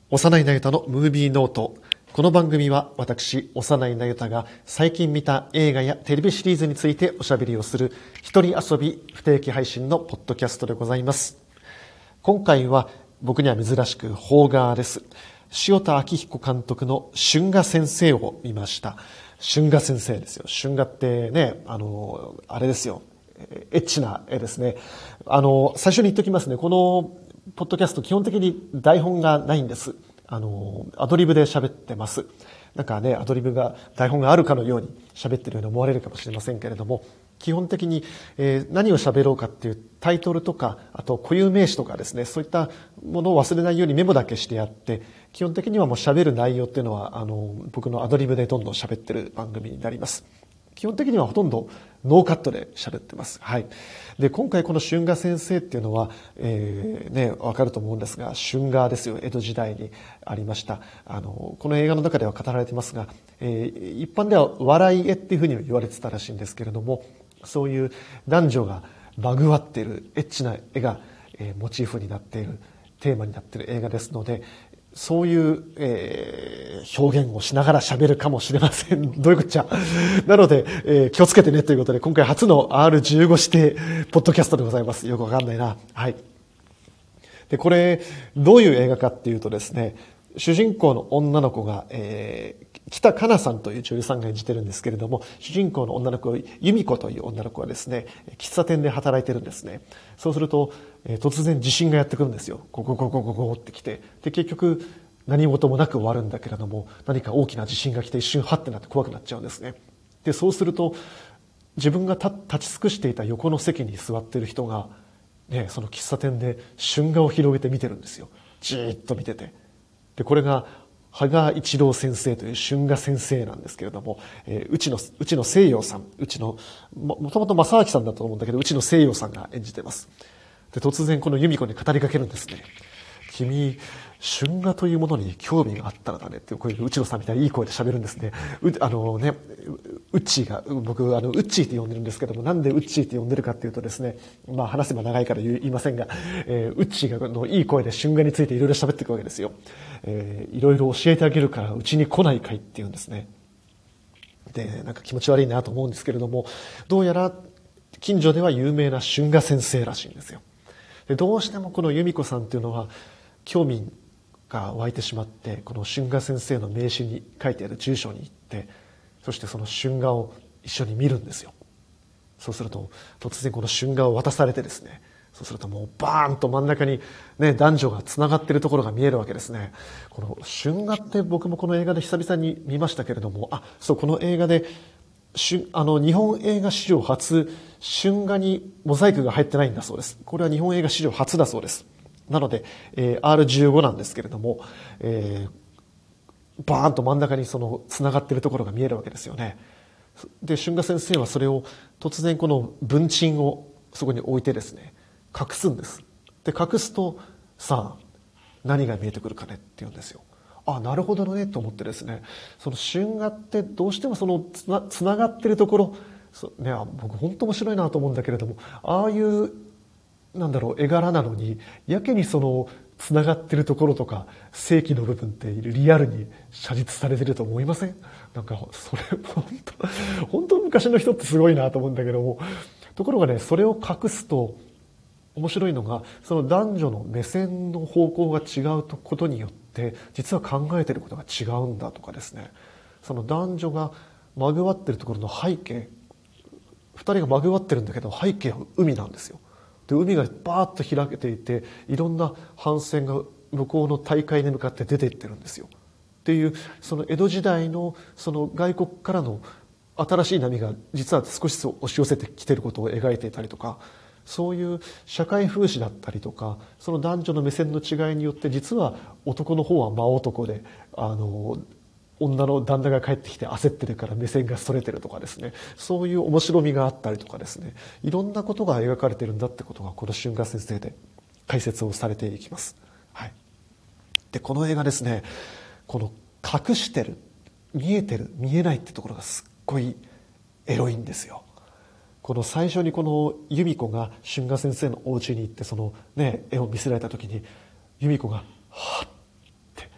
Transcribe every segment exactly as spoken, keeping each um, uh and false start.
幼いなゆたのムービーノート。この番組は私、幼いなゆたが最近見た映画やテレビシリーズについておしゃべりをする一人遊び不定期配信のポッドキャストでございます。今回は僕には珍しく邦画です。塩田明彦監督の春画先生を見ました。春画先生ですよ。春画ってね、あの、あれですよ。エッチな絵ですね。あの、最初に言っておきますね。このポッドキャスト基本的に台本がないんです。あの、アドリブで喋ってます。なんかね、アドリブが、台本があるかのように喋ってるように思われるかもしれませんけれども、基本的に、えー、何を喋ろうかっていうタイトルとか、あと固有名詞とかですね、そういったものを忘れないようにメモだけしてやって、基本的にはもう喋る内容っていうのは、あの、僕のアドリブでどんどん喋ってる番組になります。基本的にはほとんどノーカットで喋ってます。はい。で、今回この春画先生っていうのは、えー、ね、わかると思うんですが、春画ですよ。江戸時代にありました。あの、この映画の中では語られていますが、えー、一般では笑い絵っていうふうに言われてたらしいんですけれども、そういう男女がまぐわっているエッチな絵が、えー、モチーフになっている、テーマになっている映画ですので、そういう、えー、表現をしながら喋るかもしれません。どういうこっちゃ。なので、えー、気をつけてねということで、今回初の アールじゅうご 指定、ポッドキャストでございます。よくわかんないな。はい。で、これ、どういう映画かっていうとですね、主人公の女の子が、えー、北かなさんという女優さんが演じてるんですけれども、主人公の女の子、由美子という女の子はですね、喫茶店で働いてるんですね。そうすると、えー、突然地震がやってくるんですよ。ゴゴゴゴゴゴってきて。で、結局、何事もなく終わるんだけれども、何か大きな地震が来て一瞬ハッてなって怖くなっちゃうんですね。で、そうすると、自分が立ち尽くしていた横の席に座っている人が、ね、その喫茶店で春画を広げて見てるんですよ。じーっと見てて。で、これが、羽賀一郎先生という春画先生なんですけれども、えー、うちの、うちの西洋さん、うちの、も、もともと正明さんだと思うんだけど、うちの西洋さんが演じてます。で、突然この由美子に語りかけるんですね。君、春画というものに興味があったらだねって、こういううちのさんみたいにいい声で喋るんですね。う、あのね、うっちーが、僕、あの、うっちーって呼んでるんですけども、なんでうっちーって呼んでるかっていうとですね、まあ話せば長いから言いませんが、えー、うっちーがのいい声で春画についていろいろ喋っていくわけですよ。えー、いろいろ教えてあげるからうちに来ないかいって言うんですね。で、なんか気持ち悪いなと思うんですけれども、どうやら近所では有名な春画先生らしいんですよ。で、どうしてもこの由美子さんっていうのは興味が湧いてしまって、この春画先生の名刺に書いてある住所に行って、そしてその春画を一緒に見るんですよ。そうすると突然この春画を渡されてですね、そうするともうバーンと真ん中にね、男女がつながっているところが見えるわけですね。この春画って僕もこの映画で久々に見ましたけれども、あ、そう、この映画であの日本映画史上初、春画にモザイクが入ってないんだそうです。これは日本映画史上初だそうです。なので、えー、アールじゅうご なんですけれども、えー、バーンと真ん中にその繋がっているところが見えるわけですよね。で、春画先生はそれを突然この文鎮をそこに置いてですね、隠すんです。で、隠すと、さあ、何が見えてくるかねって言うんですよ。あ、なるほどねと思ってですね、その春画ってどうしてもそのつな、つながってるところ、ね、僕本当面白いなと思うんだけれども、ああいうなんだろう、絵柄なのにやけにそのつながってるところとか正規の部分ってリアルに写実されてると思いません？なんかそれ本当本当昔の人ってすごいなと思うんだけども、ところがね、それを隠すと面白いのが、その男女の目線の方向が違うことによって実は考えてることが違うんだとかですね、その男女がまぐわってるところの背景、二人がまぐわってるんだけど背景は海なんですよ。で、海がバーッと開けていて、いろんな帆船が向こうの大海に向かって出ていってるんですよ。っていう、その江戸時代のその外国からの新しい波が実は少しずつ押し寄せてきていることを描いていたりとか、そういう社会風刺だったりとか、その男女の目線の違いによって実は男の方は真男で、あの、女の旦那が帰ってきて焦ってるから目線がそれてるとかですね、そういう面白みがあったりとかですね、いろんなことが描かれてるんだってことがこの春画先生で解説をされていきます。はい。で、この映画ですね、この隠してる、見えてる、見えないってところがすっごいエロいんですよ。この最初にこの由美子が春画先生のお家に行ってそのね、絵を見せられた時に由美子がはっって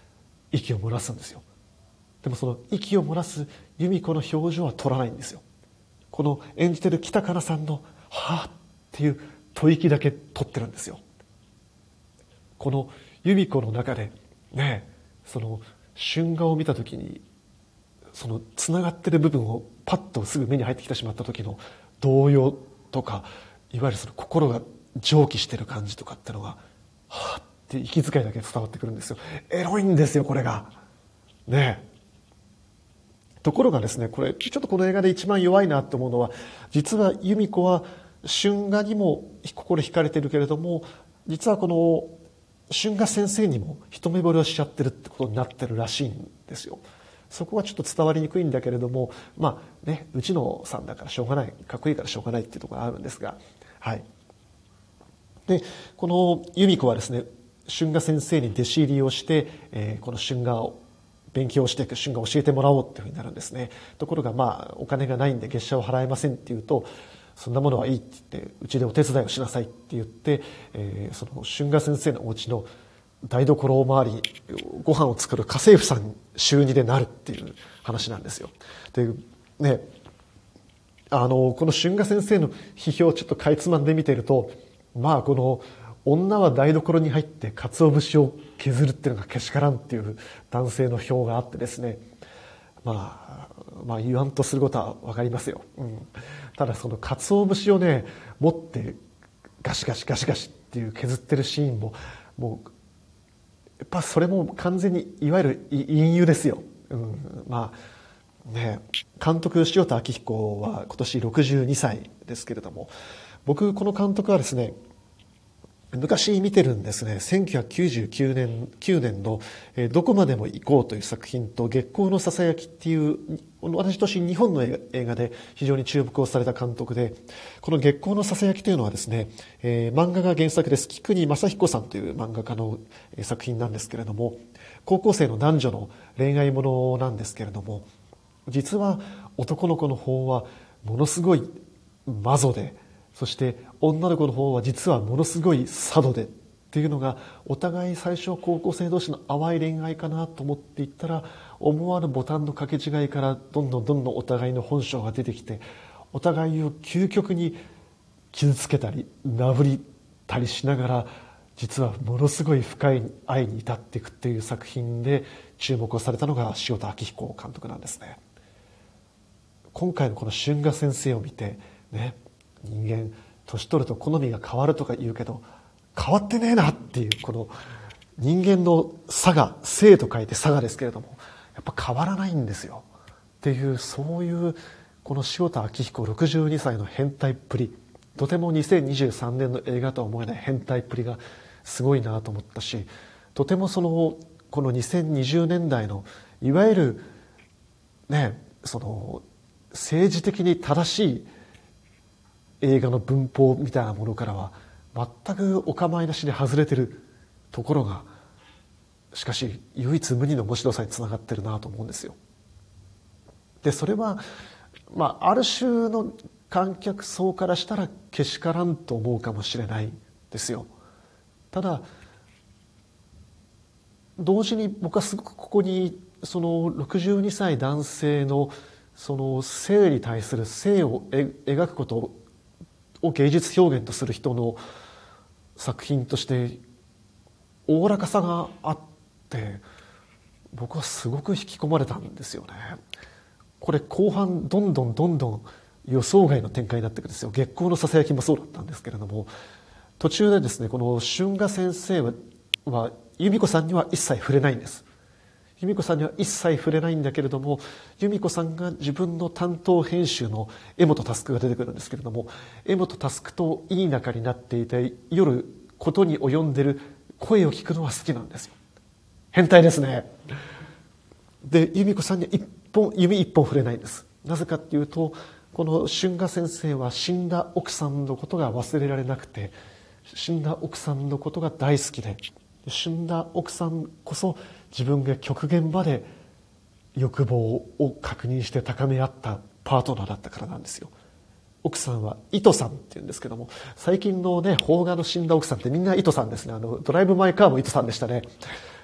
息を漏らすんですよ。でもその息を漏らす由美子の表情は取らないんですよ。この演じてる北かなさんのはぁっていう吐息だけ取ってるんですよ。この由美子の中でね、その春画を見た時にそのつながってる部分をパッとすぐ目に入ってきてしまった時の動揺とか、いわゆるその心が蒸気してる感じとかってのがはぁって息遣いだけ伝わってくるんですよ。エロいんですよこれがね。ところがですね、これちょっとこの映画で一番弱いなと思うのは、実は由美子は春画にも心惹かれてるけれども、実はこの春画先生にも一目惚れをしちゃってるってことになってるらしいんですよ。そこはちょっと伝わりにくいんだけれども、まあね、内野さんだからしょうがない、かっこいいからしょうがないっていうところがあるんですが、はい。で、この由美子はですね、春画先生に弟子入りをして、えー、この春画を勉強して春画を教えてもらおうっていうふうになるんですね。ところがまあお金がないんで月謝を払えませんって言うと、そんなものはいいって言ってうちでお手伝いをしなさいって言って、えー、その春画先生のお家の台所を回りご飯を作る家政婦さん週にでなるっていう話なんですよ。でね、あのこの春画先生の批評をちょっとかいつまんで見ていると、まあこの女は台所に入って鰹節を削るっていうのがけしからんっていう男性の評があってですね、まあ、まあ言わんとすることは分かりますよ、うん、ただその鰹節をね持ってガシガシガシガシっていう削ってるシーンももうやっぱそれも完全にいわゆる隠喩ですよ、うん、まあね、監督塩田明彦は今年ろくじゅうにさいですけれども、僕この監督はですね昔見てるんですね。せんきゅうひゃくきゅうじゅうきゅうねん、きゅうねんのどこまでも行こうという作品と月光のささやきっていう同じ年日本の映画で非常に注目をされた監督で、この月光のささやきというのはですね、えー、漫画が原作です。菊国正彦さんという漫画家の作品なんですけれども、高校生の男女の恋愛ものなんですけれども、実は男の子の方はものすごいマゾで、そして女の子の方は実はものすごい佐渡でっていうのが、お互い最初高校生同士の淡い恋愛かなと思っていったら、思わぬボタンの掛け違いからどんどんどんどんお互いの本性が出てきて、お互いを究極に傷つけたりなぶりたりしながら、実はものすごい深い愛に至っていくっていう作品で注目をされたのが塩田明彦監督なんですね。今回のこの春画先生を見てね、人間年取ると好みが変わるとか言うけど変わってねえなっていう、この人間の差が、性と書いて差がですけれども、やっぱ変わらないんですよっていう、そういうこの塩田明彦ろくじゅうにさいの変態っぷり、とてもにせんにじゅうさんねんの映画とは思えない変態っぷりがすごいなと思ったし、とてもそのこのにせんにじゅうねんだいのいわゆるね、その政治的に正しい映画の文法みたいなものからは全くお構いなしに外れてるところが、しかし唯一無二の面白さにつながってるなと思うんですよ。でそれは、まあ、ある種の観客層からしたらけしからんと思うかもしれないですよ。ただ同時に僕はすごくここにそのろくじゅうにさい男性のその性に対する性を描くことを芸術表現とする人の作品としておおらかさがあって、僕はすごく引き込まれたんですよね。これ後半どんどんどんどん予想外の展開になっていくんですよ。月光のささやきもそうだったんですけれども、途中でですね、この春画先生はは由美子さんには一切触れないんです。由美子さんには一切触れないんだけれども、由美子さんが自分の担当編集の江本佑が出てくるんですけれども、江本佑といい仲になっていて、夜ことに及んでる声を聞くのは好きなんですよ。変態ですね。で由美子さんに一本指一本触れないんです。なぜかっていうと、この春画先生は死んだ奥さんのことが忘れられなくて、死んだ奥さんのことが大好きで、死んだ奥さんこそ自分が極限まで欲望を確認して高め合ったパートナーだったからなんですよ。奥さんは糸さんって言うんですけども、最近のね邦画の死んだ奥さんってみんな糸さんですね。あのドライブ・マイ・カーも糸さんでしたね。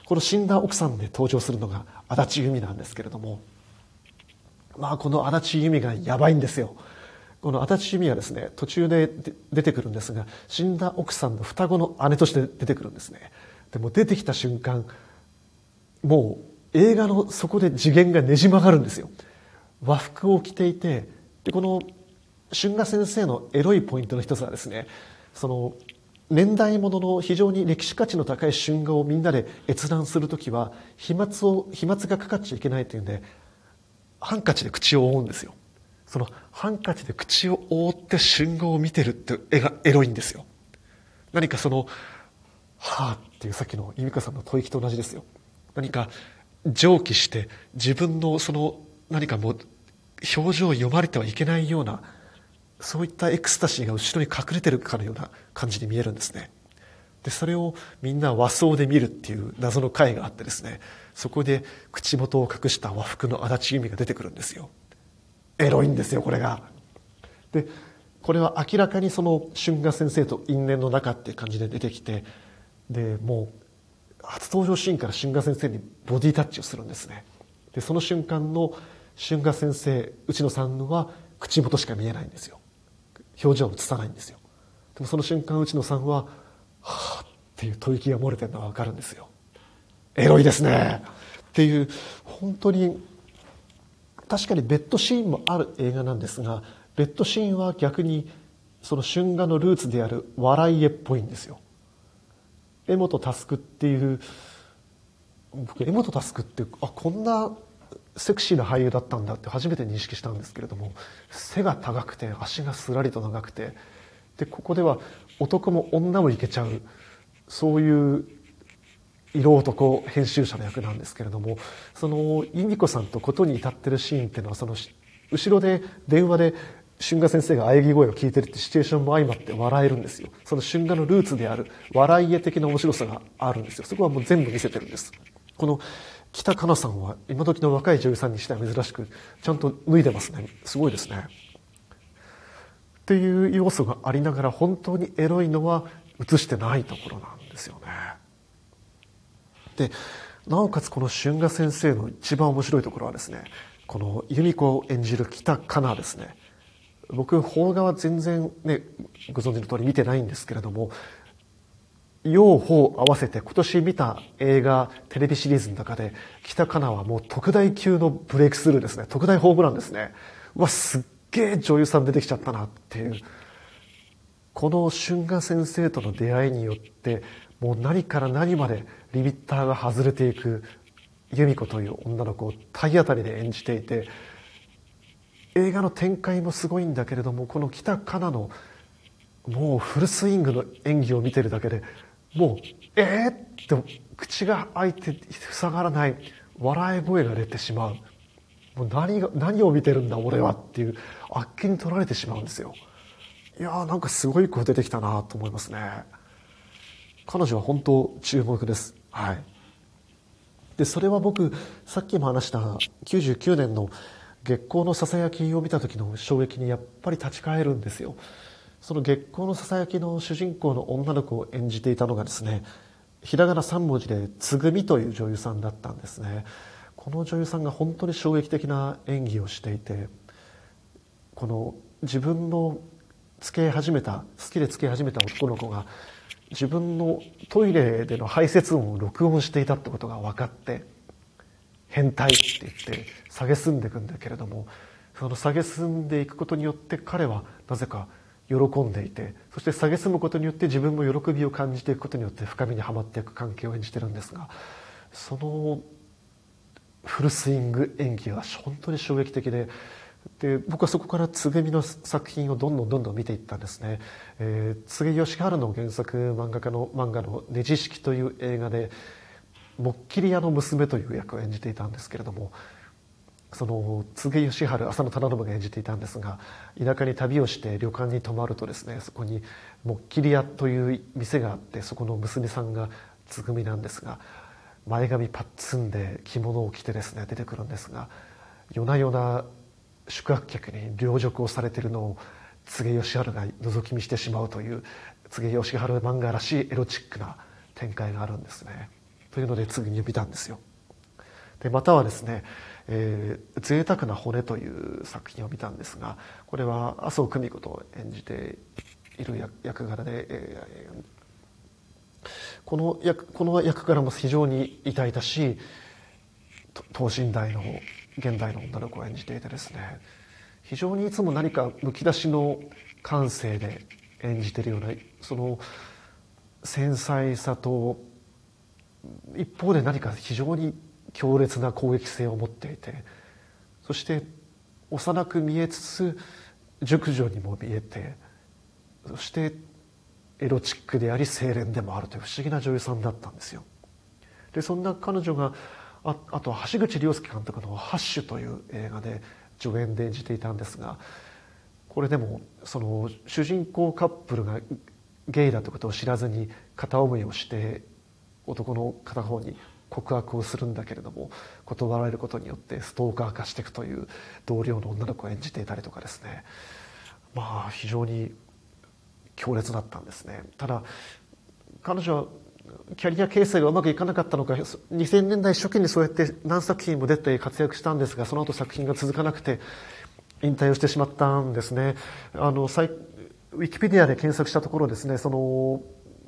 この死んだ奥さんで登場するのが足立由美なんですけれども、まあこの足立由美がやばいんですよ。この足立由美はですね、途中で出てくるんですが、死んだ奥さんの双子の姉として出てくるんですね。でも出てきた瞬間、もう映画のそこで次元がねじ曲がるんですよ。和服を着ていて、でこの春画先生のエロいポイントの一つはですね、その年代物の非常に歴史価値の高い春画をみんなで閲覧するときは飛沫を飛沫がかかっちゃいけないというんで、ハンカチで口を覆うんですよ。そのハンカチで口を覆って春画を見てるって絵がエロいんですよ。何かそのはあっていうさっきの由美子さんの吐息と同じですよ。何か蒸気して自分のその何かもう表情を読まれてはいけないような、そういったエクスタシーが後ろに隠れてるかのような感じに見えるんですね。でそれをみんな和装で見るっていう謎の会があってですね、そこで口元を隠した和服の足立由美が出てくるんですよ。エロいんですよこれが。でこれは明らかにその春画先生と因縁の中っていう感じで出てきて、でもう初登場シーンから春画先生にボディタッチをするんですね。でその瞬間の春画先生内野さんは口元しか見えないんですよ。表情を映さないんですよ。でもその瞬間内野さんははぁっていう吐息が漏れてるのが分かるんですよ。エロいですねっていう、本当に確かにベッドシーンもある映画なんですが、ベッドシーンは逆にその春画のルーツである笑い絵っぽいんですよ。柄本佑っていう僕柄本佑ってあこんなセクシーな俳優だったんだって初めて認識したんですけれども、背が高くて足がすらりと長くて、でここでは男も女もいけちゃう、そういう色男編集者の役なんですけれども、その由美子さんとことに至ってるシーンっていうのは、その後ろで電話で春画先生が喘ぎ声を聞いてるってシチュエーションも相まって笑えるんですよ。その春画のルーツである笑い絵的な面白さがあるんですよ。そこはもう全部見せてるんです。この北かなさんは今時の若い女優さんにしては珍しくちゃんと脱いでますね。すごいですね。っていう要素がありながら本当にエロいのは映してないところなんですよね。でなおかつこの春画先生の一番面白いところはですね、この由美子を演じる北かなですね。僕邦画は全然ねご存知の通り見てないんですけれども、両方合わせて今年見た映画テレビシリーズの中で北かなはもう特大級のブレイクスルーですね。特大ホームランですね。うわすっげえ女優さん出てきちゃったなっていう。この春画先生との出会いによってもう何から何までリミッターが外れていく由美子という女の子を体当たりで演じていて、映画の展開もすごいんだけれども、この北かなのもうフルスイングの演技を見てるだけでもうえーって口が開いて塞がらない、笑い声が出てしまう。もう何が何を見てるんだ俺はっていうあっけに取られてしまうんですよ。いやーなんかすごい子出てきたなと思いますね。彼女は本当注目です。はい。でそれは僕さっきも話したきゅうじゅうきゅうねんの月光のささやきを見た時の衝撃にやっぱり立ち返るんですよ。その月光のささやきの主人公の女の子を演じていたのがですね、ひらがなさん文字でつぐみという女優さんだったんですね。この女優さんが本当に衝撃的な演技をしていて、この自分の付き合い始めた好きで付き合い始めた男の子が自分のトイレでの排泄音を録音していたってことが分かって変態って言って蔑んでいくんだけれども、その蔑んでいくことによって彼はなぜか喜んでいて、そして蔑むことによって自分も喜びを感じていくことによって深みにはまっていく関係を演じてるんですが、そのフルスイング演技は本当に衝撃的で、で僕はそこからつぐみの作品をどんどんどんどん見ていったんですね。えー、柘義治の原作漫画家の漫画の「ねじ式」という映画でもっきり屋の娘という役を演じていたんですけれども、その柘義治浅野忠信が演じていたんですが、田舎に旅をして旅館に泊まるとですね、そこにもっきり屋という店があって、そこの娘さんがつぐみなんですが、前髪パッツンで着物を着てですね出てくるんですが、夜な夜な宿泊客に凌辱をされているのを柘義治が覗き見してしまうという柘義治漫画らしいエロチックな展開があるんですね。 というので次に見たんですよ。でまたはですね、えー、贅沢な骨という作品を見たんですが、これは麻生久美子と演じている 役, 役柄で、えー、この 役, この役柄も非常に痛々しい等身大の現代の女の子を演じていてですね、非常にいつも何かむき出しの感性で演じているような、その繊細さと一方で何か非常に強烈な攻撃性を持っていて、そして幼く見えつつ熟女にも見えて、そしてエロチックであり清廉でもあるという不思議な女優さんだったんですよ。でそんな彼女が あ, あとは橋口亮介監督の「ハッシュ」という映画で助演で演じていたんですが、これでもその主人公カップルがゲイだということを知らずに片思いをして男の片方に告白をするんだけれども、断られることによってストーカー化していくという同僚の女の子を演じていたりとかですね、まあ非常に強烈だったんですね。ただ彼女はキャリア形成がうまくいかなかったのか、にせんねんだい初期にそうやって何作品も出て活躍したんですが、その後作品が続かなくて引退をしてしまったんですね。あのウィキペディアで検索したところですね、その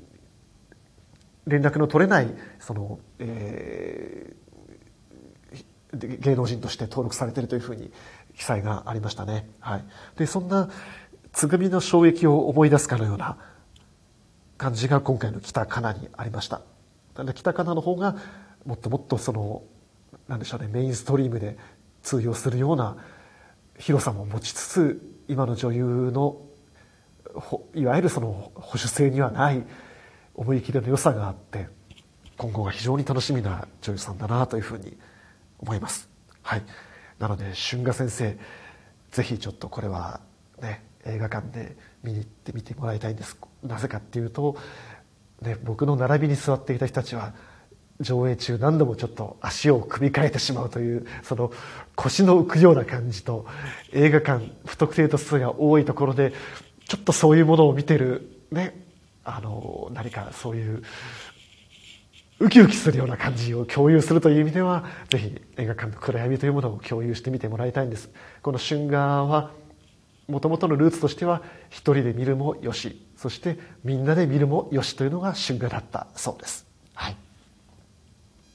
連絡の取れないその、えー、芸能人として登録されているというふうに記載がありましたね。はい、でそんなつぐみの衝撃を思い出すかのような感じが今回の北かなにありました。ただ北かなの方がもっともっとそのなんでしょうね、メインストリームで通用するような広さも持ちつつ、今の女優のいわゆるその保守性にはない思い切りの良さがあって、今後が非常に楽しみな女優さんだなというふうに思います。はい、なので春画先生、ぜひちょっとこれはね映画館で見に行ってみてもらいたいんです。なぜかっていうと、ね、僕の並びに座っていた人たちは上映中何度もちょっと足を組み替えてしまうという、その腰の浮くような感じと、映画館不特定多数が多いところでちょっとそういうものを見てるね、あの何かそういうウキウキするような感じを共有するという意味では、ぜひ映画館の暗闇というものを共有してみてもらいたいんです。この春画はもともとのルーツとしては一人で見るもよし、そしてみんなで見るもよしというのが春画だったそうです。はい。